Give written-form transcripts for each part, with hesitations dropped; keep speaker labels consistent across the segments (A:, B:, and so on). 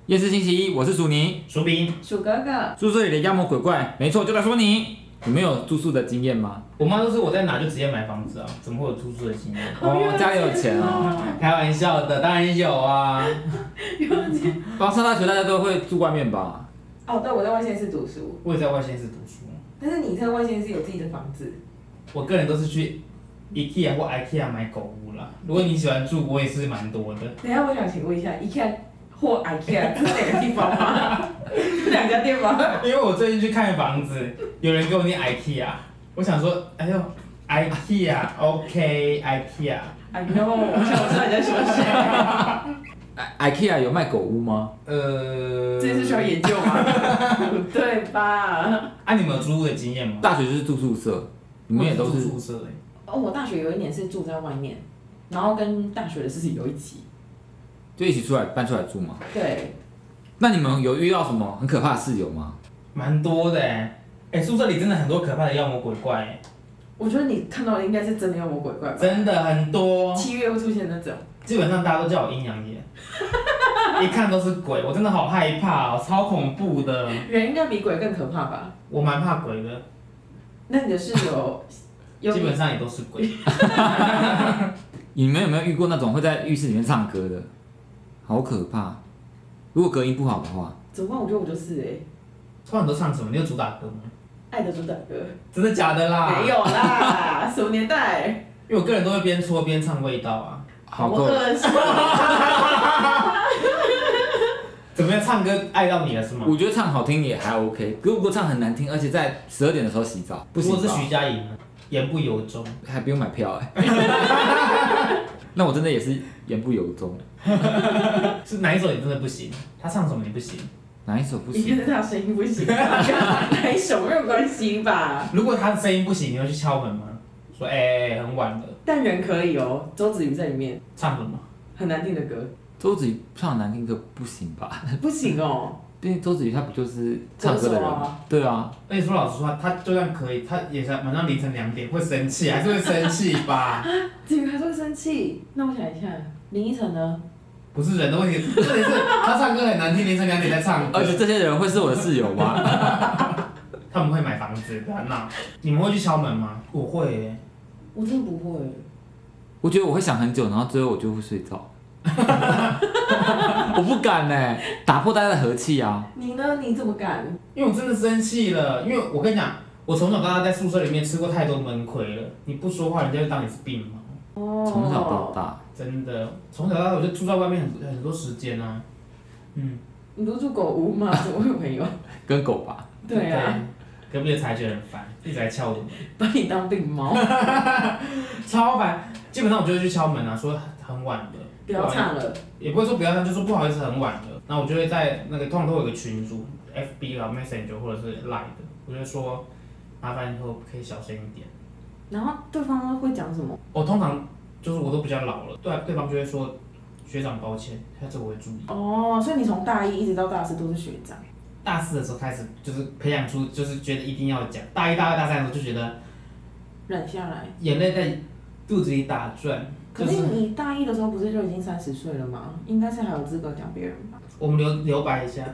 A: 夜市星期一，我是鼠尼，
B: 薯饼，
C: 鼠哥哥，
A: 宿舍里的妖魔鬼怪，没错，就在说你。你们有住宿的经验吗？
B: 我妈都是我在哪就直接买房子啊，怎么会有住宿的经验？
A: 哦，家里有钱哦。
B: 开玩笑的，当然有啊。
C: 有钱。
A: 刚上大学大家都会住外面吧？
C: 哦，对，我在外县市读书。
B: 我也在外县市读书。
C: 但是你在外县市有自己的房子？
B: 我个人都是去 IKEA 或 IKEA 买狗屋啦。如果你喜欢住，我也是蛮多的。
C: 等一下，我想请问一下，IKEA 或 IKEA 这是哪个地方吗？是两家店吗？
B: 因为我最近去看房子，有人给我念 IKEA， 我想说，哎呦 ，IKEA OK IKEA。
C: 哎呦，我想我知道你在说谁。
A: IKEA 有卖狗屋吗？
C: 这是需要研究吗？不对吧？
B: 啊，你们有租屋的经验吗？
A: 大学就是住宿舍，你们也都是
B: 住宿舍欸。
C: 哦，我大学有一年是住在外面，然后跟大学的事情有一起。
A: 就一起搬出来住吗？
C: 对。
A: 那你们有遇到什么很可怕的室友吗？
B: 蛮多的宿舍里真的很多可怕的妖魔鬼怪
C: 我觉得你看到的应该是真的妖魔鬼怪吧？
B: 真的很多。
C: 7月会出现那种。
B: 基本上大家都叫我阴阳眼，一看都是鬼，我真的好害怕哦，超恐怖的。
C: 人应该比鬼更可怕吧？
B: 我蛮怕鬼的。
C: 那你的室友
B: 基本上也都是鬼。
A: 你们有没有遇过那种会在浴室里面唱歌的？好可怕！如果隔音不好的话。
C: 怎么办？我觉得我就是
B: 通常都唱什么？你有主打歌吗？
C: 爱的主打歌。真
B: 的假的啦？
C: 没有啦，什么年代？
B: 因为我个人都会边搓边唱味道啊。
A: 好够。
B: 怎么样？唱歌爱到你了是吗？
A: 我觉得唱好听也还 OK， 如果唱很难听，而且在12点的时候洗澡，不行吧？
B: 如果是徐佳莹呢？言不由衷。
A: 还不用买票那我真的也是言不由衷。
B: 是哪一首你真的不行？他唱什么你不行？
A: 哪一首不行？
C: 一定是他的声音不行，哪一首没有关系吧？
B: 如果他的声音不行，你会去敲门吗？说很晚了。
C: 但人可以哦，周子瑜在里面。
B: 唱什么？
C: 很难听的歌。
A: 周子瑜唱难听歌不行吧？
C: 不行哦。
A: 毕竟周子瑜他不就是唱歌的人吗？对啊。
B: 而且说老实话，他就算可以，他也是晚上凌晨2点会生气，还是会生气吧？
C: 子瑜还是会生气？那我想一下，林依晨呢？
B: 不是人的问题，重点是他唱歌很难听，凌晨2点在唱歌。
A: 而且这些人会是我的室友吗？
B: 他们会买房子，不要闹。你们会去敲门吗？我会
C: 我真的不会
A: 我觉得我会想很久，然后最后我就会睡着。我不敢打破大家的和气啊！
C: 你呢？你怎么敢？
B: 因为我真的生气了，因为我跟你讲，我从小到大在宿舍里面吃过太多闷亏了。你不说话，人家就当你是病猫。
A: 从小到大，
B: 真的，从小到大我就住在外面很多时间啊。
C: 你不是住狗屋吗？怎么会有朋友？
A: 跟狗吧。
C: 对啊。
B: 隔壁的才觉得很烦，一直在敲我门。
C: 把你当病猫。
B: 超烦，基本上我就会去敲门啊，说很晚了。
C: 不要唱了。
B: 也不会说不要唱，就说不好意思很晚了。然后我就会在那个通常都有个群组 ，FB 啦、Messenger 或者是 Line 的，我就会说麻烦以后可以小声一点。
C: 然后对方会讲什么？
B: 我通常就是我都比较老了，对方就会说学长抱歉，下次我会注意。
C: 哦，所以你从大1一直到大4都是学长。
B: 大4的时候开始就是培养出，就是觉得一定要讲。大1、大2、大3的时候就觉得
C: 忍下来，
B: 眼泪在肚子里打转。
C: 可是你大1的时候不是就已经30岁了吗？应该是还有资格讲别人吧？
B: 我们留白一下。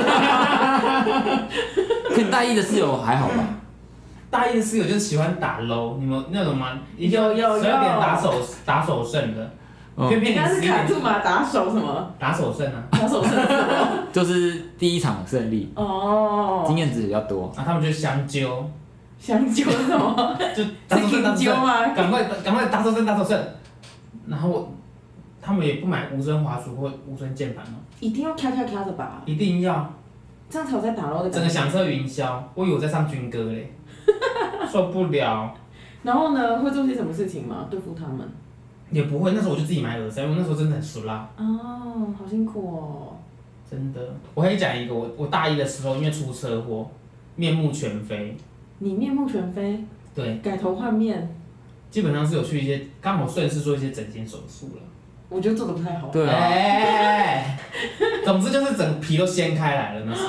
A: 跟大1的室友还好吧？
B: 大1的室友就是喜欢打 low， 你们那种吗？
C: 有
B: 12点打手胜的。偏偏
C: 你刚是卡住吗？打手什么？
B: 打手胜啊！
C: 打手胜是什么？
A: 就是第一场胜利。
C: 哦。
A: 经验值比较多。
B: 他们就相揪。
C: 相揪是什么？
B: 就打手胜，赶快打手胜。然后他们也不买无声滑鼠或无声键盘哦。
C: 一定要咔的吧？
B: 一定要。
C: 这样才有在打 low 的感觉。
B: 整个响彻云霄，我以为我在唱军歌嘞，受不了。
C: 然后呢，会做些什么事情吗？对付他们？
B: 也不会，那时候我就自己买耳塞，我那时候真的很熟啦。
C: 哦，好辛苦哦。
B: 真的，我可以讲一个，我大1的时候因为出车祸，面目全非。
C: 你面目全非？
B: 对。
C: 改头换面。
B: 基本上是有去一些，刚好顺势做一些整形手术了。
C: 我觉得做得不太好。
A: 对啊。
B: 总之就是整皮都掀开来了那时候。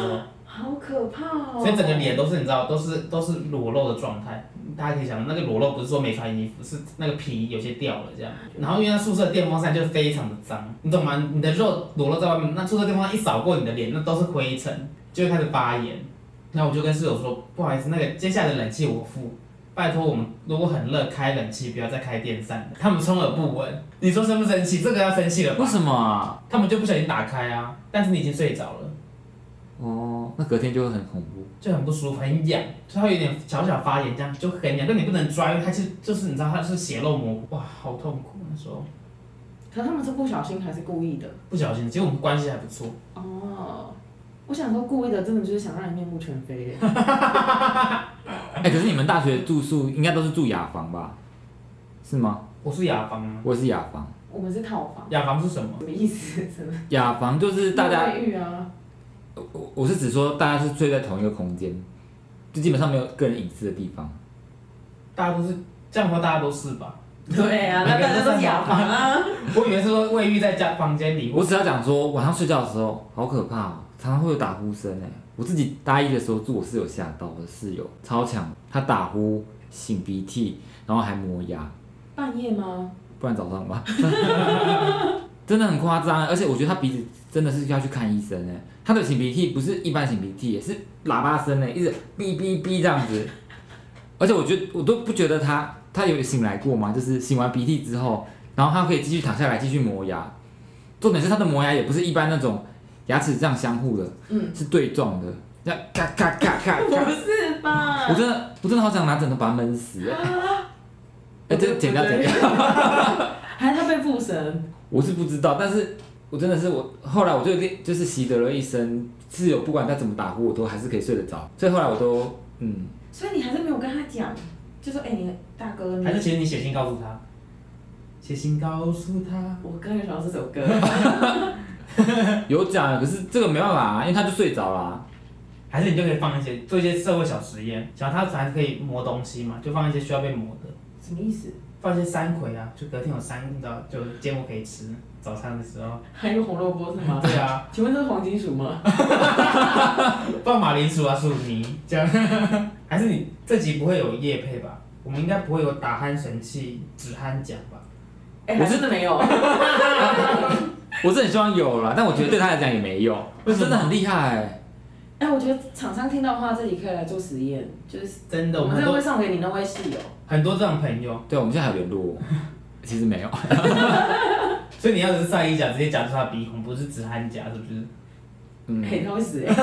C: 好可怕哦！
B: 所以整个脸都是你知道，都是裸露的状态。大家可以想，那个裸露不是说没穿衣服，是那个皮有些掉了这样。然后因为他宿舍电风扇就非常的脏，你懂吗？你的肉裸露在外面，那宿舍电风扇一扫过你的脸，那都是灰尘，就会开始发炎。那我就跟室友说，不好意思，那个接下来的冷气我付，拜托我们如果很热开冷气，不要再开电扇了。他们充耳不闻，你说生不生气？这个要生气了吧？
A: 为什么啊？
B: 他们就不小心打开啊，但是你已经睡着了。
A: 哦，那隔天就会很恐怖。
B: 就很不舒服，很痒，就它有点小小发炎，这样就很痒，但你不能抓，因为它就是你知道它是血肉模糊，哇，好痛苦那时候。
C: 可他们是不小心还是故意的？
B: 不小心，其实我们关系还不错。
C: 哦，我想说故意的，真的就是想让你面目全非耶。
A: 可是你们大学住宿应该都是住雅房吧？是吗？
B: 我是雅房啊。
A: 我也是雅房。
C: 我们是套房。
B: 雅房是什么？
C: 什么意思？什么？
A: 雅房就是大家。
C: 卫浴啊。
A: 我是指说大家是睡在同一个空间，就基本上没有个人隐私的地方。
B: 大家都是这样的话，大家都是吧？
C: 对啊，那大家都是雅房啊。
B: 我以为是说卫浴在房间里。
A: 我只要讲说晚上睡觉的时候好可怕哦，常常会有打呼声哎。我自己大一的时候住，我室友吓到，我的室友超强，他打呼、擤鼻涕，然后还磨牙。
C: 半夜吗？
A: 不然早上吧。真的很夸张，而且我觉得他鼻子真的是要去看医生哎。他的擤鼻涕不是一般擤鼻涕，也是喇叭声哎，一直哔哔哔这样子。而且我都不觉得他有醒来过嘛，就是擤完鼻涕之后，然后他可以继续躺下来继续磨牙。重点是他的磨牙也不是一般那种牙齿这样相互的，是对撞的，这样咔咔咔咔。
C: 不是吧？
A: 我真的好想拿枕头把他闷死哎。这剪掉。
C: 还是他被附身？
A: 我是不知道，但是我真的是后来我就是习得了一身，室友不管他怎么打呼，我都还是可以睡得着。所以后来我都
C: 所以你还是没有跟他讲，就说你大哥你。
B: 还是其实你写信告诉他，写信告诉他。
C: 我刚才想到这首歌。
A: 有讲，可是这个没办法因为他就睡着了。
B: 还是你就可以做一些社会小实验，想他还可以磨东西嘛，就放一些需要被磨的。
C: 什么意思？
B: 放一些山葵啊，就隔天有你知道，就芥末可以吃，早餐的时候。
C: 还有红萝卜是吗？
B: 对啊。
C: 请问这是黄金薯吗？
B: 放马铃薯啊，薯泥这样。还是你这集不会有业配吧？我们应该不会有打鼾神器、止鼾奖吧？
C: 我真的没有。
A: 我是很希望有啦，但我觉得对他来讲也没用，真的很厉害
C: 我觉得厂商听到的话，这里可以来做实验，就是
B: 真的，
C: 我们这会送给你那位室友。
B: 很多这种朋友。
A: 对，我们现在还有联络，其实没有。
B: 所以你要的是晒衣夹，直接夹住他的鼻孔，不是止鼾夹，是不是？
C: 他会死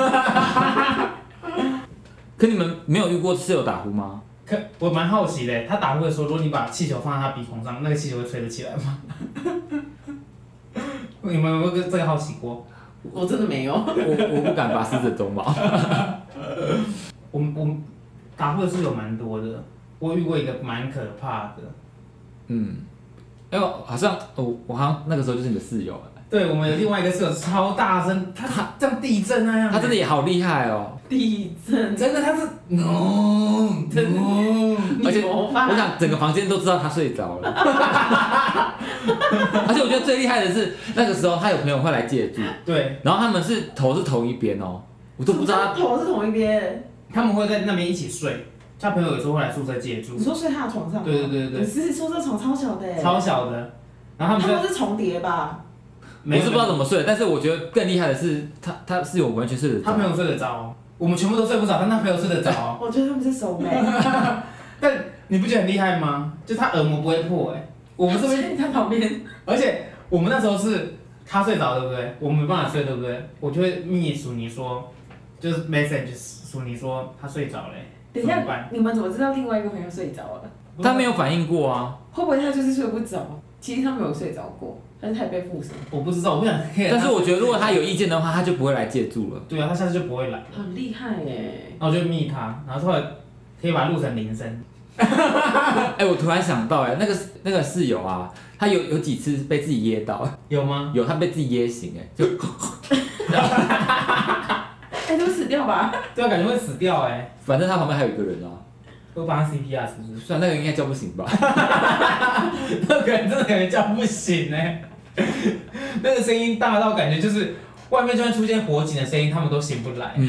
A: 可你们没有遇过室友打呼吗？
B: 我蛮好奇的，他打呼的时候，如果你把气球放在他鼻孔上，那个气球会吹得起来吗？你们有没有这个好奇过？
C: 我真的没有。
A: 我不敢拔狮子鬃毛。
B: 我打呼的室友蛮多的，我遇过一个蛮可怕的。
A: 好像我好像那个时候就是你的室友。
B: 对，我们有另外一个室友超大声，他像地震那样。
A: 他真的也好厉害哦。
C: 地震。
B: 真的他是
A: 而且我想整个房间都知道他睡着了。而且我觉得最厉害的是那个时候他有朋友会来借住。
B: 对。
A: 然后他们头是同一边哦，我都不知道他
C: 头是同一边。
B: 他们会在那边一起睡。他朋友有时候会来宿舍借住。
C: 你说睡他的床上吗？
B: 对。
C: 可是宿舍床超小的。
B: 超小的。然后
C: 他们是重叠吧？
A: 我是不知道怎么睡，但是我觉得更厉害的是他是有完全睡得着。
B: 他朋友睡得着，我们全部都睡不着，但他朋友睡得着。
C: 我觉得他们是熟妹。
B: 但你不觉得很厉害吗？就他耳膜不会破我们这边
C: 在旁边，
B: 而且我们那时候是他睡着对不对？我们没办法睡对不对？我就会密署你说，就是 message 署你说他睡着嘞。
C: 等一下，你们怎么知道另外一个朋友睡着了？
A: 他没有反应过啊。
C: 会不会他就是睡不着？其实他没有睡着过，但是他也被附身。
B: 我不知道，我不想。
A: 但是我觉得如果他有意见的话，他就不会来借住了。
B: 对啊，他下次就不会来。
C: 很厉害耶。
B: 然后我就密他，然后后来可以把它录成铃声。
A: 我突然想到那个室友啊，他有几次被自己噎到。
B: 有吗？
A: 有，他被自己噎醒就。
C: 就会死掉吧？
B: 对啊，感觉会死掉
A: 反正他旁边还有一个人啊。
B: 会帮他 CPR 是不是？
A: 虽然那个应该叫不醒吧。
B: 那个人真的感觉叫不醒那个声音大到感觉就是外面就算出现火警的声音，他们都醒不来。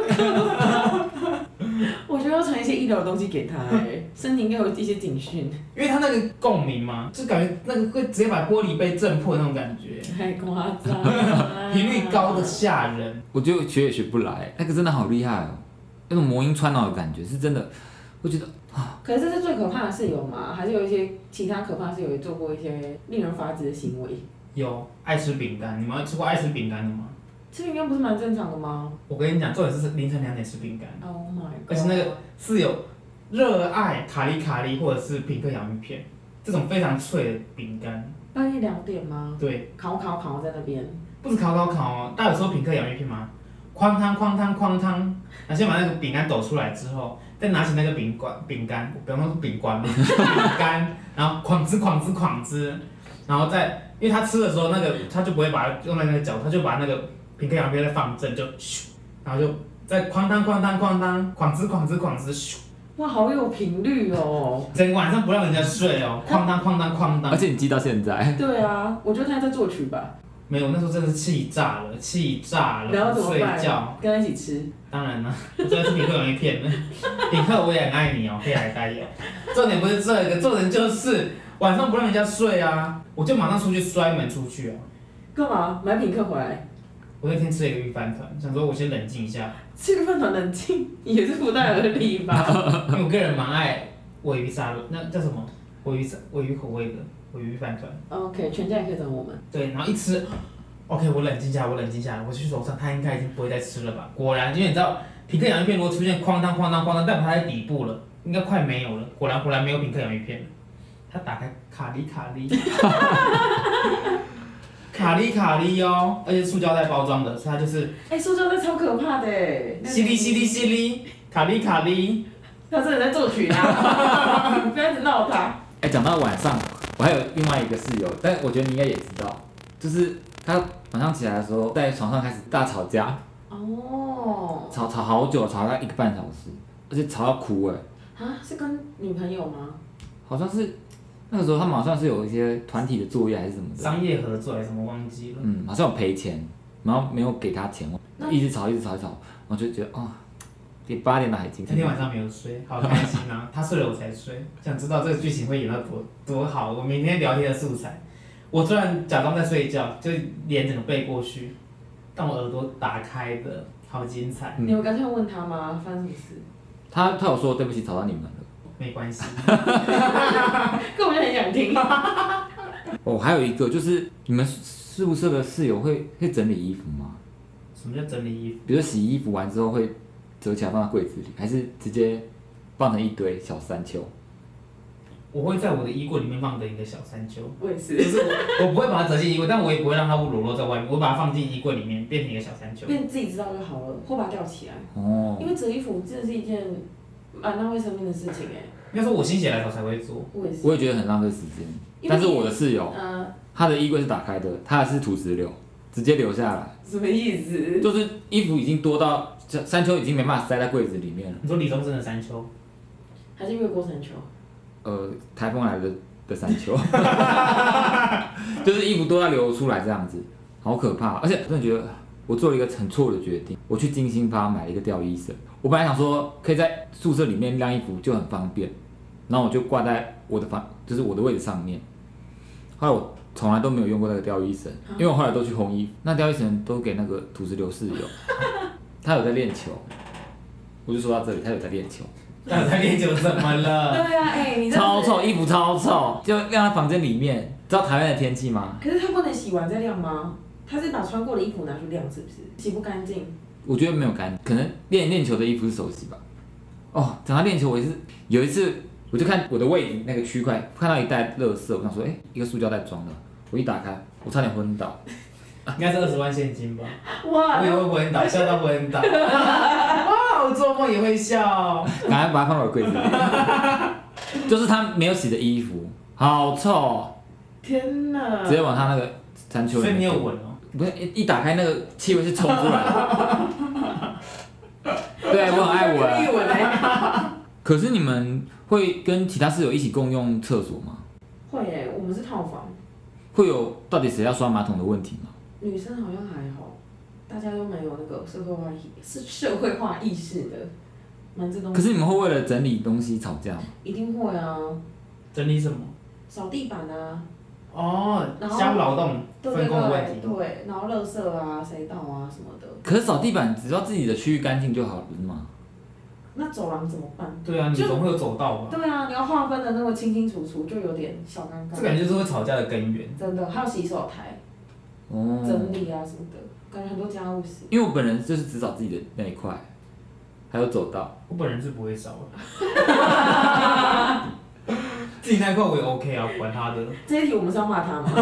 C: 我觉得要传一些医疗的东西给他，身体应该有一些警讯。
B: 因为他那个共鸣嘛，就感觉那个会直接把玻璃杯震破那种感觉，
C: 太夸张了，
B: 频率高的吓人。
A: 我觉得学也学不来，那个真的好厉害哦，那种魔音穿脑的感觉是真的，我觉得
C: 可是这是最可怕的室友吗？还是有一些其他可怕的室友也做过一些令人发指的行为？
B: 有爱吃饼干，你们有吃过爱吃饼干的吗？
C: 吃饼干不是蛮正常的吗
B: 我跟你讲，重点是凌晨2点吃饼干，
C: ？Oh my god！
B: 而且那个室友热爱卡利或者是品客洋芋片，这种非常脆的饼干。
C: 半夜2点吗？
B: 对，
C: 烤在那边。
B: 不是烤哦，大家有说品客洋芋片吗？哐汤，那先把那个饼干抖出来之后，再拿起那个饼干，不要说饼干，饼干，然后哐吱，然后再，因为他吃的时候那个他就不会把它用那个脚，他就把那个品客洋芋片再放正，就咻，然后就再哐当，哐吱，咻。
C: 哇，好有频率哦！
B: 整个晚上不让人家睡哦，哐当。
A: 而且你记到现在。
C: 对啊，我觉得他在作曲吧。
B: 没有，那时候真的是气炸了，
C: 然后怎么
B: 睡
C: 办？
B: 觉。
C: 跟他一起吃。
B: 当然了，我真的是品客洋芋片的，品客我也很爱你哦，可以来代言。重点不是这个，重点就是晚上不让人家睡啊，我就马上出去摔门出去啊。
C: 干嘛？买品客回来？
B: 我那天吃了一个鱼饭团，想说我先冷静一下。
C: 吃个饭团冷静也是不太合理吧？
B: 因为我个人蛮爱鲔鱼沙拉，那叫什么？鲔鱼口味的鲔鱼饭团。
C: OK， 全家也可以找我们。
B: 对，然后一吃 ，OK， 我冷静下来，我去楼上，他应该已经不会再吃了吧？果然，因为你知道，品客洋芋片如果出现哐当，代表它在底部了，应该快没有了。果然没有品客洋芋片了。他打开卡利，卡利哦，而且塑胶袋包装的，所以它就是。
C: 塑胶袋超可怕的
B: 淅沥，卡利。
C: 他真的在作曲啊！你不要一直闹他。
A: 讲到晚上，我还有另外一个室友，但我觉得你应该也知道，就是他晚上起来的时候，在床上开始大吵架。
C: 哦。
A: 吵好久，吵到1个半小时，而且吵到哭
C: 是跟女朋友吗？
A: 好像是那个时候他们好像是有一些团体的作业还是什么的。
B: 商业合作还是什么忘记了。
A: 好像有赔钱，然后没有给他钱，一直吵，然后就觉得比8点的还精神。
B: 那天晚上没有睡，好开心啊！他睡了我才睡，想知道这个剧情会演到多好。我明天聊天的素材，我虽然假装在睡觉，就脸整个背过去，但我耳朵打开的，好精彩。
C: 你有干脆问他吗？发生什么事？
A: 他有说对不起，吵到你们了。
B: 没关系。
C: 根本就很想听。
A: 还有一个就是你们宿舍的室友会整理衣服吗？
B: 什么叫整理衣服？
A: 比如洗衣服完之后会折起来放在柜子里，还是直接放成一堆小山丘？
B: 我会在我的衣柜里面放着一个小山丘。
C: 我也是。
B: 就是我不会把它折进衣柜，但我也不会让它裸露在外面，我把它放进衣柜里面，变成一个小山丘。
C: 变自己知道就好了，或把它吊起来。因为折衣服真的是一件蛮浪费生命的事情
B: 应该说我心血来潮才会做。
A: 我也觉得很浪费时间。但是我的室友，他的衣柜是打开的，他的是土石流，直接留下来。
C: 什么意思？
A: 就是衣服已经多到山丘已经没办法塞在柜子里面了。
B: 你说李宗盛的山丘，
C: 还是越过山丘？
A: 台风来的山丘，就是衣服多到流出来这样子，好可怕。而且我真的觉得我做了一个很错的决定，我去金星发买了一个吊衣绳。我本来想说可以在宿舍里面晾衣服就很方便，然后我就挂在我的就是我的位置上面。后来我从来都没有用过那个吊衣绳，因为我后来都去烘衣服，那吊衣绳都给那个土石流室友，他有在练球。我就说到这里，他有在练球。
B: 他有在练球怎么了？
C: 对啊，你
A: 超臭，衣服超臭，就晾在房间里面。知道台湾的天气吗？
C: 可是他不能洗完再晾吗？他是把穿过的衣服拿去晾，是不是？洗不干净。
A: 我觉得没有干，可能练球的衣服是手洗吧。讲到练球，我也是有一次，我就看我的位置那个区块，看到一袋垃圾，我想说，一个塑胶袋装的，我一打开，我差点昏倒。
B: 应该是20万现金吧？
C: 哇！
B: 我以为会昏倒，笑到昏倒。哇！我做梦也会笑。
A: 赶快把它放到我柜子里。就是他没有洗的衣服，好臭。
C: 天哪！
A: 直接往他那个山丘里面。
B: 所以你有闻哦？
A: 不是，一打开那个气味是冲出来的。对，我很爱闻。可是你们会跟其他室友一起共用厕所吗？
C: 会我们是套房。
A: 会有到底谁要刷马桶的问题吗？
C: 女生好像还好。 大家都蛮有那个社会化意识的，蛮这东西。
A: 可是你们会为了整理东西吵架吗？
C: 一定会啊，
B: 整理什么？
C: 扫地板啊，
B: 哦，
C: 然后
B: 家务劳动分工的问题。
C: 对，然后垃圾啊，谁倒啊什么的。
A: 可是扫地板只要自己的区域干净就好了，不是吗？
C: 那走廊怎么办？
B: 对啊，你总会有走道吧？
C: 对啊，你要划分的那么清清楚楚，就有点小尴尬。
B: 这感觉就是会吵架的根源。
C: 真的，还有洗手台
A: 哦。
C: 整理啊什么的，感觉很多家务事。
A: 因为我本人就是只扫自己的那一块，还有走道。
B: 我本人是不会扫的。自己那一块我也 OK 啊，管他的。
C: 这一题我们是要骂他吗？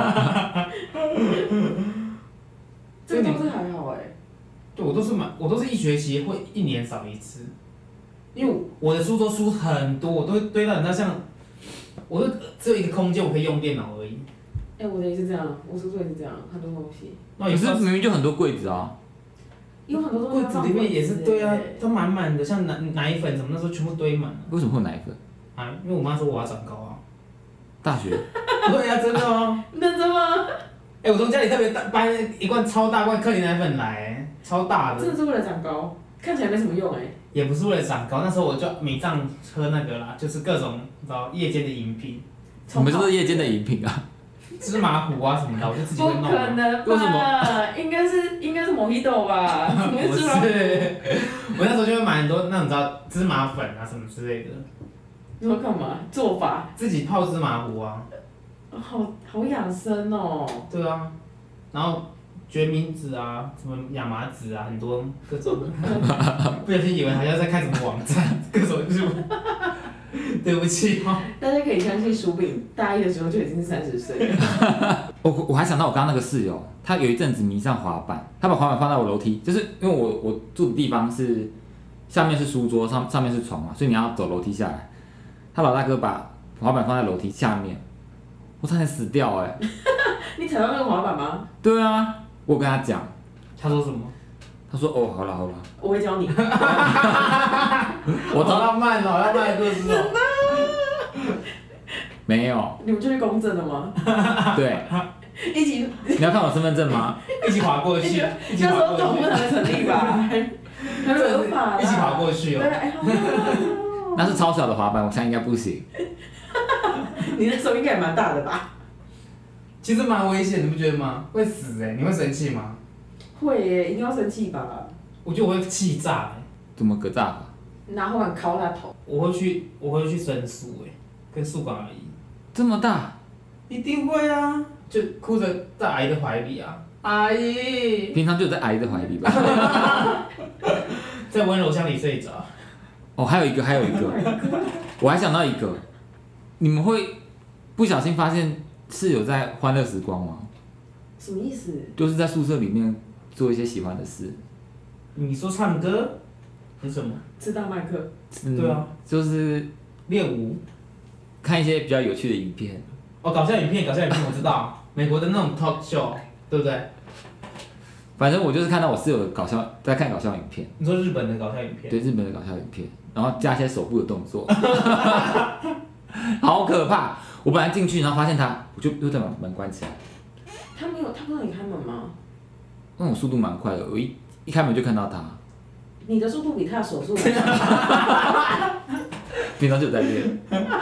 C: 这个都是还好哎。
B: 对，我都是一学期会1年扫一次，因为我的书桌书很多，我都会堆到很像，我都只有一个空间我可以用电脑而已。
C: 哎，我的也是这样，我书桌也是这样，很多东西。
A: 可是明明就很多柜子啊。
C: 有很多东西
B: 柜子里面也是对啊，都满满的，像奶粉什么那时候全部堆满了。
A: 为什么会有奶粉？
B: 啊，因为我妈说我要长高啊。
A: 大学。
B: 对啊，真的哦。
C: 认真吗？
B: 我从家里特别搬一罐超大罐克林奶粉来，超大的。
C: 真的是为了长高，看起来没什么用
B: 也不是为了长高，那时候我就迷上喝那个啦，就是各种你知道夜间的饮品。
A: 我们就是夜间的饮品啊。
B: 芝麻糊啊什么的，我就自己会弄。
C: 不可能吧？
A: 为什么？
C: 应该是 Mojito 吧？
B: 不是，我那时候就会买很多那种你知道芝麻粉啊什么之类的。
C: 你说干嘛？做法？
B: 自己泡芝麻糊啊。
C: 好养生哦。
B: 对啊，然后决明子啊，什么亚麻籽啊，很多各种。不小心以为好像在看什么网站，各种入。对不起哦。
C: 大家可以相信薯饼大一的时候就已经是30岁了。
A: 我还想到我刚刚那个室友，他有一阵子迷上滑板，他把滑板放在我楼梯，就是因为我住的地方是下面是书桌，上面是床嘛，所以你要走楼梯下来。他老大哥把滑板放在楼梯下面，我差点死掉
C: 你踩到那个滑板吗？
A: 对啊，我跟他讲。
B: 他说什么？
A: 他说哦，好了。
C: 我会教你。
B: 我好浪漫哦，浪漫的故事哦。
A: 没有。
C: 你们就是公证的吗？
A: 对。
C: 一起。
A: 你要看我身份证吗？
B: 一起滑过去。
C: 那时候总不能成立吧？很合法啦。
B: 一起滑过去哦。
C: 对，
A: 那是超小的滑板，我想应该不行。
C: 你那时候应该也蛮大的吧？
B: 其实蛮危险，你不觉得吗？会死你会生气吗？
C: 会耶，一定要生气吧？
B: 我觉得我会气炸
A: 怎么个炸法？
C: 拿滑板敲他头。
B: 我会去申诉跟宿管阿姨。
A: 这么大？
B: 一定会啊，就哭着在阿姨的怀里啊，阿姨。
A: 平常就在阿姨的怀里吧。
B: 在温柔乡里睡着。
A: 哦，还有一个，我还想到一个，你们会不小心发现室友在欢乐时光吗？
C: 什么意思？
A: 就是在宿舍里面做一些喜欢的事。
B: 你说唱歌？是什么？
C: 吃大麦克。
B: 对啊。
A: 就是
B: 练舞。
A: 看一些比较有趣的影片。
B: 哦，搞笑影片我知道，美国的那种 talk show， 对不对？
A: 反正我就是看到我室友在看搞笑影片。
B: 你说日本的搞笑影片？
A: 对，日本的搞笑影片，然后加一些手部的动作。好可怕！我本来进去，然后发现他，我就又再把门关起来。
C: 他不让你开门吗？
A: 那种速度蛮快的，我一开门就看到他。
C: 你的速度比他的手速。
A: 平常就在练。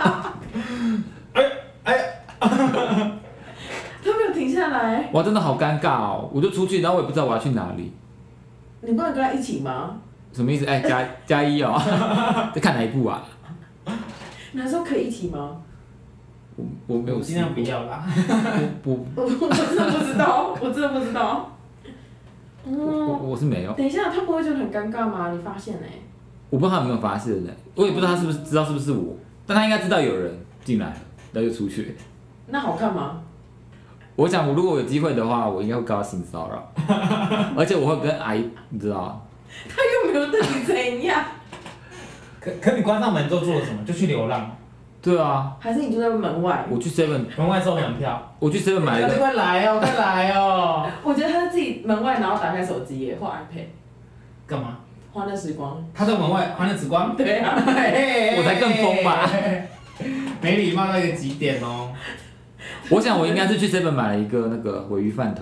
C: 他没有停下来。
A: 哇，真的好尴尬哦！我就出去，然后我也不知道我要去哪里。
C: 你不能跟他一起吗？
A: 什么意思？加一哦。在看哪一部啊？
C: 男生可以一起吗？
A: 我没有。
B: 尽量不要啦。
C: 我真的不知道，我真的不知道。
A: 我是没有。
C: 等一下，他不会觉得很尴尬吗？你发现
A: 我不知道他有没有发现呢，我也不知道他是不是知道是不是我，但他应该知道有人进来了，然后就出去。
C: 那好看吗？
A: 我想，如果有机会的话，我应该会告他性骚扰，而且我会跟阿姨，你知道。
C: 他又没有对你怎样。
B: 可你关上门之后做了什么？就去流浪。
A: 对啊。
C: 还是你就在门外？
A: 我去 7
B: 门外收门票。
A: 我去 7买了一个。
B: 快来哦，快来哦！
C: 我觉得他在自己门外，然后打开手机耶，或 iPad。
B: 干嘛？
C: 欢乐时光。
B: 他在门外欢乐时光。
C: 对啊。
A: 我才更疯吧。
B: 没礼貌到一个极点哦。
A: 我想我应该是去 7买了一个那个鲔鱼饭团。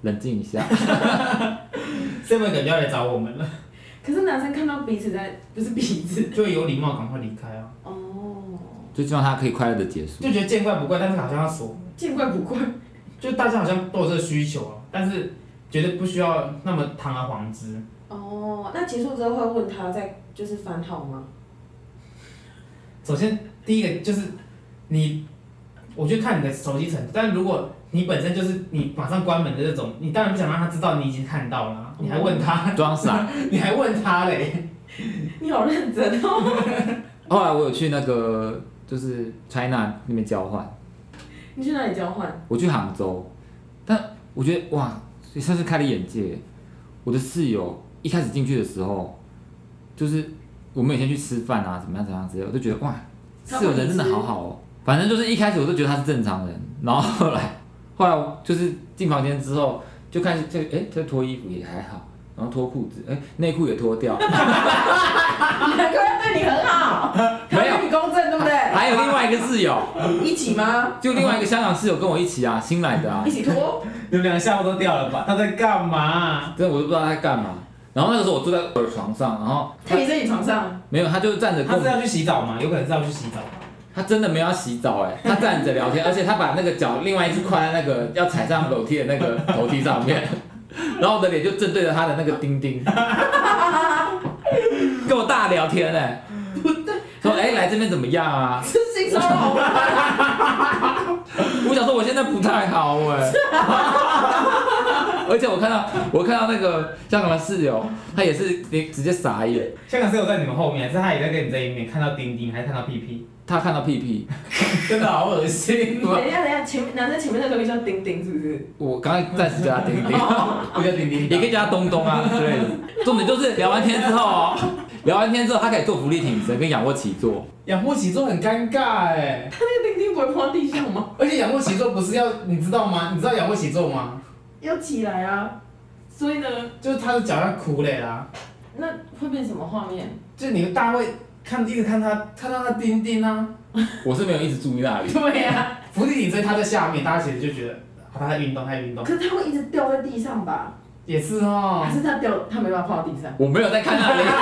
A: 冷静一下。
B: 7感觉要来找我们了，
C: 可是男生看到彼此在，不是彼此。
B: 就有礼貌，赶快离开啊！
C: 哦。
A: 就希望他可以快乐的结束。
B: 就觉得见怪不怪，但是好像要锁，
C: 见怪不怪。
B: 就大家好像都有这个需求啊，但是觉得不需要那么堂而皇之。
C: 哦，那结束之后会问他再就是番号吗？
B: 首先第一个就是你，我就看你的熟悉程度，但如果你本身就是你马上关门的这种，你当然不想让他知道你已经看到了啊，你还问他，
A: 装傻。
B: 你还问他嘞。
C: 你好认真哦。
A: 后来我有去那个就是 China 那边交换，
C: 你去哪里交换？
A: 我去杭州，但我觉得哇，也算是开了眼界。我的室友一开始进去的时候，就是我们以前去吃饭啊，怎么样之类的，我就觉得哇，室友人真的好好哦。反正就是一开始我都觉得他是正常人，然后后来就是进房间之后就开始这脱衣服也还好，然后脱裤子，内裤也脱掉。
C: 难怪他对你很好，他
A: 没有
C: 对你公正，对不对？
A: 还有另外一个室友，
C: 一起吗？
A: 就另外一个香港室友跟我一起啊，新来的啊
C: 一，起脱？
B: 你们两个下巴都掉了吧？他在干嘛？
A: 真的我都不知道他在干嘛。然后那个时候我坐在我的床上，然后
C: 他也在你床上？
A: 没有，他就站着跟我，
B: 他是要去洗澡吗？有可能是要去洗澡吧。
A: 他真的没有要洗澡他站着聊天，而且他把那个脚另外一只跨在那个要踩上楼梯的那个楼梯上面，然后我的脸就正对着他的那个钉钉，跟我大聊天说来这边怎么样啊？
C: 是性骚扰吗？
A: 我想说我现在不太好而且我看到那个香港的室友，他也是直接傻眼。
B: 香港室友在你们后面，还是他也在跟你这一面？看到钉钉，还是看到屁屁？
A: 他看到屁屁，
B: 真的好恶心。
C: 等一下，男生前面那个东西叫丁丁，是不是？
A: 我刚才暂时叫他丁丁，
B: 我叫钉钉，
A: 也可以叫他东东啊之类的。重点就是聊完天之后，他可以做浮力挺身跟仰卧起坐。
B: 仰卧起坐很尴尬哎。
C: 他那个丁丁不会碰到地上吗？
B: 而且仰卧起坐不是要，你知道吗？你知道仰卧起坐吗？
C: 要起来啊！所以呢，
B: 就是他的脚要苦嘞啦。
C: 那会变什么画面？
B: 就是你大家会一直看到他钉钉啊。
A: 我是没有一直注意那里。
C: 对呀。
B: 伏地挺身他在下面，大家其实就觉得他在运动，他在运动。
C: 可是他会一直掉在地上吧？
B: 也是哦。
C: 还是他没办法碰到地上？
A: 我没有在看那里。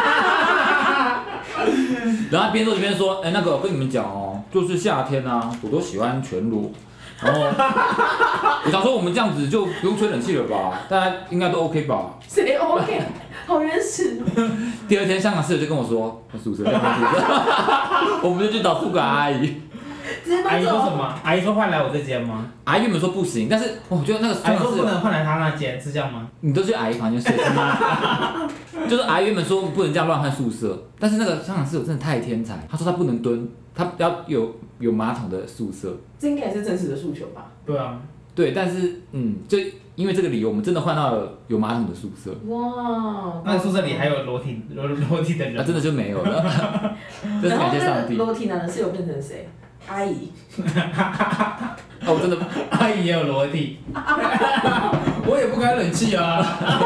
A: 然后他边做一边说，那个我跟你们讲哦，就是夏天啊，我都喜欢全裸。然后我想说我们这样子就不用吹冷气了吧，大家应该都 OK 吧？
C: 谁 OK？好原始。
A: 第二天香港室友就跟我说，宿舍，我们就去找宿管阿姨。
B: 阿姨说什么？阿姨说换来我这间吗？
A: 阿姨原本说不行，但是我觉得那个
B: 阿姨说不能换来她那间，是这样吗？
A: 你都去阿姨房间睡是吗？就是阿姨原本说不能这样乱换宿舍，但是那个香港室友真的太天才，他说他不能蹲，他要有马桶的宿舍。
C: 这应该也是真实的诉求吧？
B: 对啊。
A: 对，但是就因为这个理由，我们真的换到了有马桶的宿舍。
C: 哇！
B: 那宿舍里还有裸体的人。
A: 真的就没有了。真是感谢上帝。
C: 裸体男的室友变成谁？阿姨。
A: 我真的，
B: 阿姨也有裸体。我也不开冷气啊。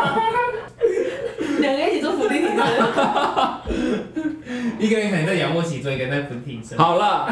C: 两个一起做伏地挺身。
B: 一个人可能在仰卧起坐，一个人在伏地挺身。
A: 好了。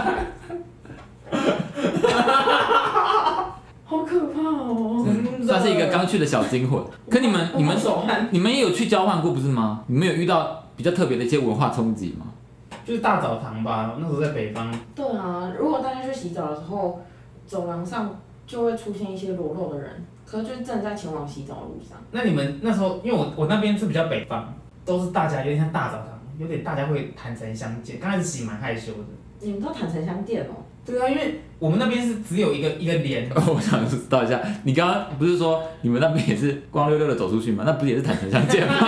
C: 好可怕哦！
A: 算是一个刚去的小惊魂。可你们也有去交换过不是吗？你们有遇到比较特别的一些文化冲击吗？
B: 就是大澡堂吧，那时候在北方。
C: 对啊，如果大家去洗澡的时候，走廊上就会出现一些裸露的人，可是就是正在前往洗澡的路上。
B: 那你们那时候，因为我那边是比较北方，都是大家有点像大澡堂，有点大家会坦诚相见。刚开始洗蛮害羞的。
C: 你们都坦诚相见哦？
B: 对啊，因为我们那边是只有一个帘。
A: 我想知道一下，你刚刚不是说你们那边也是光溜溜的走出去吗？那不是也是坦诚相见吗？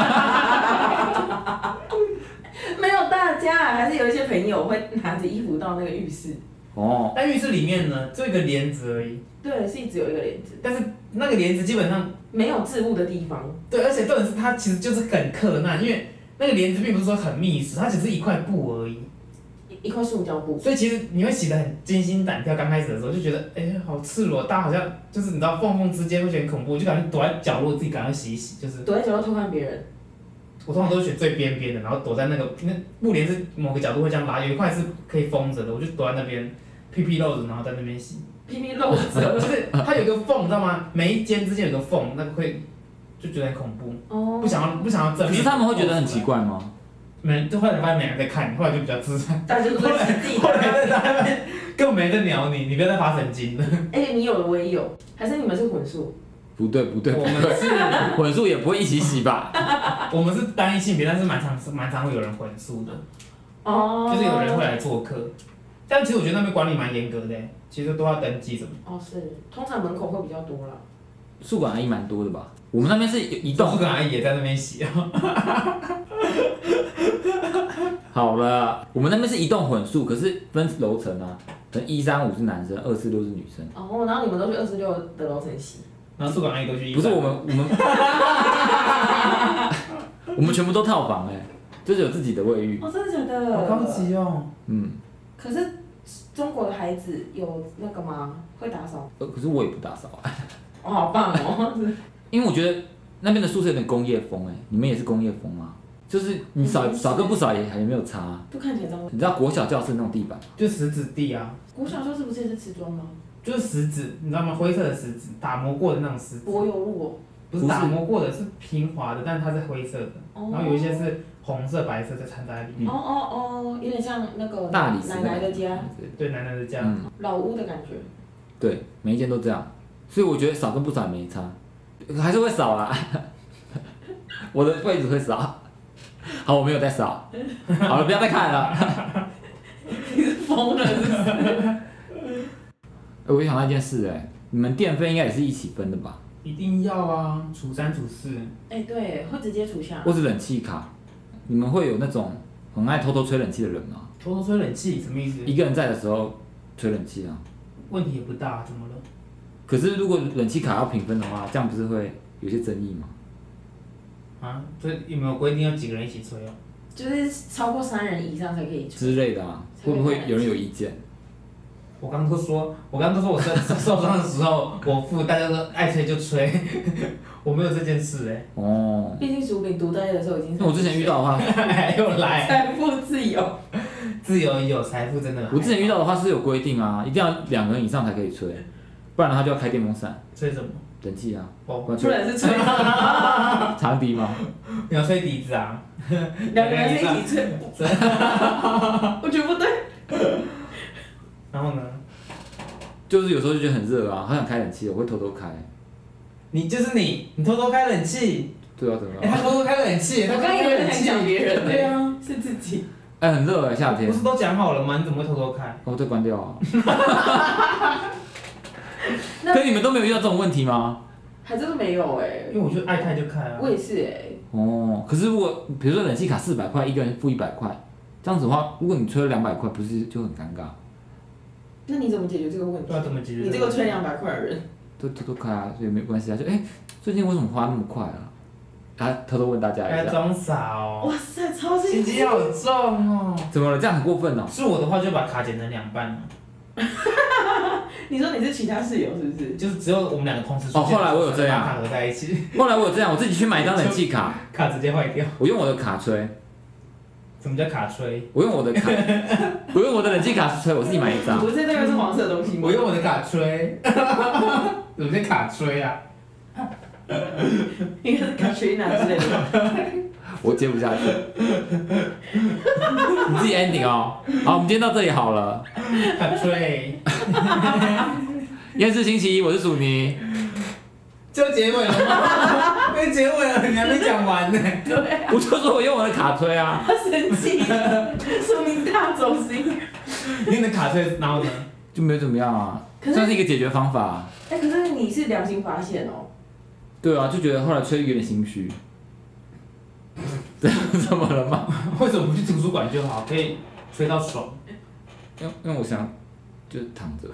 C: 没有，大家还是有一些朋友会拿着衣服到那个浴室。
A: 哦。
B: 但浴室里面呢，就一个帘子而已。
C: 对，是只有一个帘子。
B: 但是那个帘子基本上
C: 没有置物的地方。
B: 对，而且重点是它其实就是很困难，因为那个帘子并不是说很密实，它只是一块布而已。
C: 一块塑胶布，
B: 所以其实你会洗得很惊心胆跳。刚开始的时候就觉得，好赤裸，大家好像就是你知道缝之间会觉得很恐怖，就感觉躲在角落自己赶快洗一洗，就是
C: 躲在角落偷看别人。
B: 我通常都是选最边边的，然后躲在那布帘是某个角度会这样拉，有一块是可以封着的，我就躲在那边屁屁露着，然后在那边洗。
C: 屁屁漏着。
B: 不是，它有一个缝，你知道吗？每一间之间有个缝，那个会就觉得很恐怖，
C: 哦。
B: 不想要正面。
A: 可是他们会觉得很奇怪吗？
B: 就后来发现没人在看，后来就比较自在。
C: 大家都在洗自己
B: 后来
C: 的。
B: 在那边根本没人在鸟你，你不要再发神经了。
C: 你有的我也有，还是你们是混宿？
A: 不对，
B: 我们是
A: 混宿也不会一起洗吧？
B: 我们是单一性别，但是蛮常会有人混宿的，就是有人会来做客。但其实我觉得那边管理蛮严格的，其实都要登记什么。
C: 是，通常门口会比较多啦。
A: 宿管阿姨蛮多的吧？我们那边是一栋。
B: 宿管阿姨也在那边洗啊。
A: 好了，我们那边是一栋混宿，可是分楼层啊，可能135是男生，246是女生。
C: 然后你们都去26的楼层洗。
B: 然后宿管阿姨都去135。
A: 不是我们，我们全部都套房就是有自己的卫浴。
C: 真的假的？
B: 好高级哦。
C: 可是中国的孩子有那个吗？会打扫？
A: 可是我也不打扫啊。
C: 好棒哦！
A: 因为我觉得那边的宿舍有点工业风你们也是工业风吗？就是你少个不少也没有差
C: 就看起来脏。
A: 你知道国小教室那种地板？
B: 就石子地啊。
C: 国小教室不是也是瓷砖吗？
B: 就是石子，你知道吗？灰色的石子，打磨过的那种石子。
C: 柏油路
B: 不是打磨过的，是平滑的，但是它是灰色的。然后有一些是红色、白色再掺在里面。
C: 有点像那个
A: 大理
C: 奶奶的家。
B: 对，奶奶的家。
C: 老屋的感觉。
A: 对，每一间都这样，所以我觉得少跟不少也没差，还是会少啦。我的位置会少。好，我没有在扫。好了，不要再看了。
C: 你是疯了是不是？
A: 我就想到一件事你们电费应该也是一起分的吧？
B: 一定要啊，除3除4。
C: 对，会直接除下。
A: 或是冷气卡，你们会有那种很爱偷偷吹冷气的人吗？
B: 偷偷吹冷气什么意思？
A: 一个人在的时候吹冷气啊。
B: 问题也不大，怎么了？
A: 可是如果冷气卡要平分的话，这样不是会有些争议吗？
B: 这有没有规定要几个人一起吹哦？
C: 就是超过3人以上才可以吹
A: 之类的啊，会不会有人有意见？
B: 我刚刚都说我受伤的时候我付，大家都爱吹就吹，我没有这件事
C: 毕竟薯饼独待的时候已经。
A: 那我之前遇到的话，
B: 又来。
C: 财富自由。
B: 自由有，财富真的。
A: 我之前遇到的话是有规定啊，一定要2个人以上才可以吹，不然的话就要开电风扇。
B: 吹什么？
A: 冷气啊。
C: 不然是吹。
A: 长笛吗？
B: 你要吹笛子啊
C: ？2个人是一起吹。我觉得不对。
B: 然后呢？
A: 就是有时候就觉得很热啊，好想开冷气，我会偷偷开。
B: 你偷偷开冷气。
A: 对啊，怎么了？
B: 他偷偷开冷气，
C: 我刚以为在讲别人。
B: 对啊，
C: 是自己。
A: 很热夏天。
B: 不是都讲好了吗？你怎么会偷偷开？
A: 我再关掉啊。可是你们都没有遇到这种问题吗？
C: 还真的没有
B: 因为我就爱开就开啊。
C: 我也是
A: 可是如果比如说冷气卡400块，一个人付100块，这样子的话，如果你吹了200块，不是就很尴尬？
C: 那你怎么解决这个问题？
B: 对啊，怎么解决？
C: 你这个吹200块的人。
A: 都偷偷开啊，所以没关系啊。就最近为什么花那么快啊？偷偷问大家一下。
B: 还装傻哦。
C: 哇塞，超
B: 心机好重哦。
A: 怎么了？这样很过分哦。
B: 是我的话就把卡剪成2半了。
C: 你说你是其他室友是不是？
B: 就是只有我们2个同时出现。
A: 后来我有这样。
B: 把卡合在一起。
A: 后来我有这样，我自己去买一张冷气卡。
B: 卡直接坏掉。
A: 我用我的卡吹。
B: 什么叫卡吹？
A: 我用我的卡，我用我的冷气卡吹，我自己买一张。
C: 不是那个是黄色的东西吗？
B: 我用我的卡吹。怎么叫卡吹啊？
C: 应该是卡吹娜之类的。
A: 我接不下去。你自己 ending 哦。好，我们今天到这里好了。
B: 卡吹。
A: 厌世星期一，我是薯泥。
B: 就结尾了吗？被结尾了，你还没讲完呢。
C: 对。
A: 我就说我用我的卡吹啊。
C: 他生气了，说明大走心。
B: 你的卡吹，然后呢？
A: 就没有怎么样啊，算是一个解决方法。
C: 可是你是良心发现哦。
A: 对啊，就觉得后来吹有点心虚。怎么了吗？
B: 为什么不去图书馆就好，可以吹到爽？
A: 因为我想就躺着。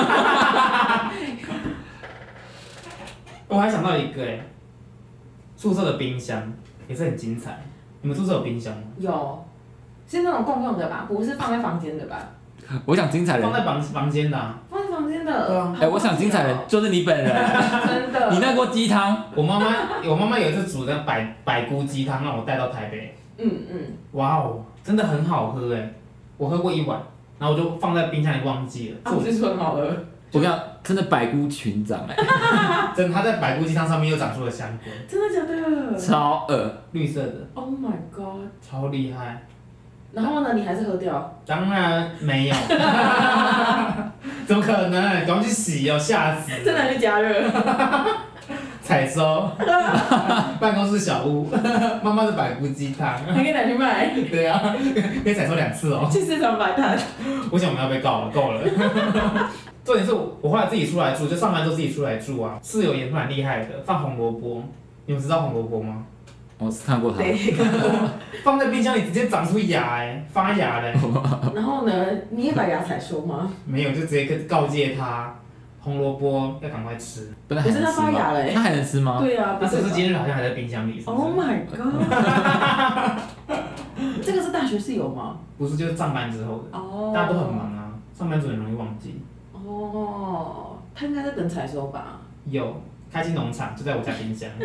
B: 我还想到一个宿舍的冰箱也是很精彩。你们宿舍有冰箱吗？
C: 有，是那种共用的吧？不是放在房间的吧？
A: 我想精彩人
B: 放在房间的。
C: 放在房间的。
B: 对啊。
A: 我想精彩人就是你本人。
C: 真的。
A: 你那锅鸡汤。
B: 我妈妈有一次煮的百菇鸡汤让我带到台北。哇哦，真的很好喝我喝过1碗，然后我就放在冰箱里忘记了。
C: 不是说很好喝。
A: 我跟你讲，真的百菇群长哎，
B: 真的，它在百菇鸡汤上面又长出了香菇，
C: 真的假的
A: 超恶。
B: 绿色的，
C: ？Oh my god！
B: 超厉害。
C: 然后呢，你还是喝掉？
B: 当然没有，怎么可能？赶快去洗哦，吓死！
C: 在哪里加热？
B: 采收，办公室小屋，妈妈的百菇鸡汤。
C: 还可以拿去卖，
B: 对啊，可以采收2次哦。
C: 去市场摆摊。
B: 我想我们要被告了，够了。重点是我后来自己出来住，就上班都自己出来住啊。室友也蛮厉害的，放红萝卜，你们知道红萝卜吗？
A: 我是看过他，
C: 对，
B: 放在冰箱里直接长出芽发芽嘞。
C: 然后呢，你也把芽采收吗？
B: 没有，就直接告诫他，红萝卜要赶快吃。
A: 本来还能吃
C: 可是它发芽
A: 吗？
C: 了欸
A: 它还能吃吗？
C: 对啊，
B: 那是不是今日好像还在冰箱里？是不是
C: Oh my god！这个是大学室友吗？
B: 不是，就是上班之后的，
C: 哦。
B: 大家都很忙啊，上班族很容易忘记。
C: 哦，他应该在等采收吧？
B: 有开心农场就在我家冰箱，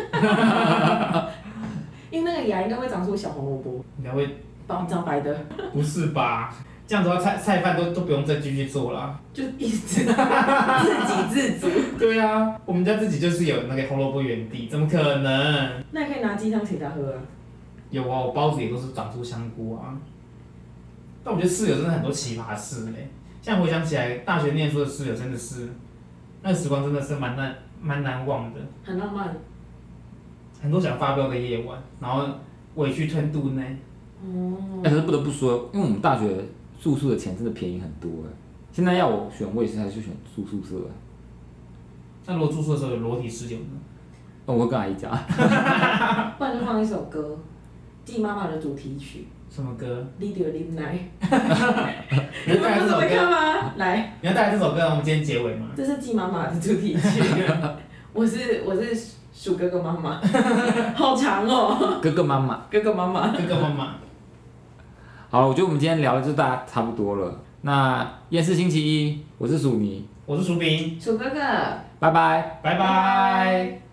C: 因为那个芽应该会长出小红萝卜，
B: 应该会
C: 长白的，
B: 不是吧？这样子的话，菜饭都不用再继续做了。
C: 就一直自给自足。
B: 对啊，我们家自己就是有那个红萝卜园地，怎么可能？
C: 那也可以拿鸡汤请他喝啊。
B: 有啊，我包子也都是长出香菇啊。但我觉得室友真的很多奇葩事嘞。现在回想起来，大学念书的室友真的是，那个时光真的是蛮难忘的。
C: 很浪漫。
B: 很多想发飙的夜晚，然后委屈吞肚内。
C: 哦。
A: 可是不得不说，因为我们大学住宿的钱真的便宜很多哎。现在要我选，我也是还是选住宿舍哎。
B: 那如果住宿的时候有裸体室友呢？
A: 我会跟阿姨讲。
C: 不然就放一首歌，季妈妈的主题曲。
B: 什么歌？
C: 你就啉奶。
B: 你要带来这首
C: 会看
B: 歌？
C: 吗？来，
B: 你要带来这首歌，我们今天结尾吗？
C: 这是季妈妈的主题曲。我是鼠哥哥妈妈，好长哦。
A: 哥哥妈妈，
C: 哥哥妈妈。
B: 哥哥妈妈。
A: 好了，我觉得我们今天聊的就大家差不多了。那厌世星期一，我是鼠妮，
B: 我是薯饼，
C: 鼠哥哥。
A: 拜拜。
B: 拜拜。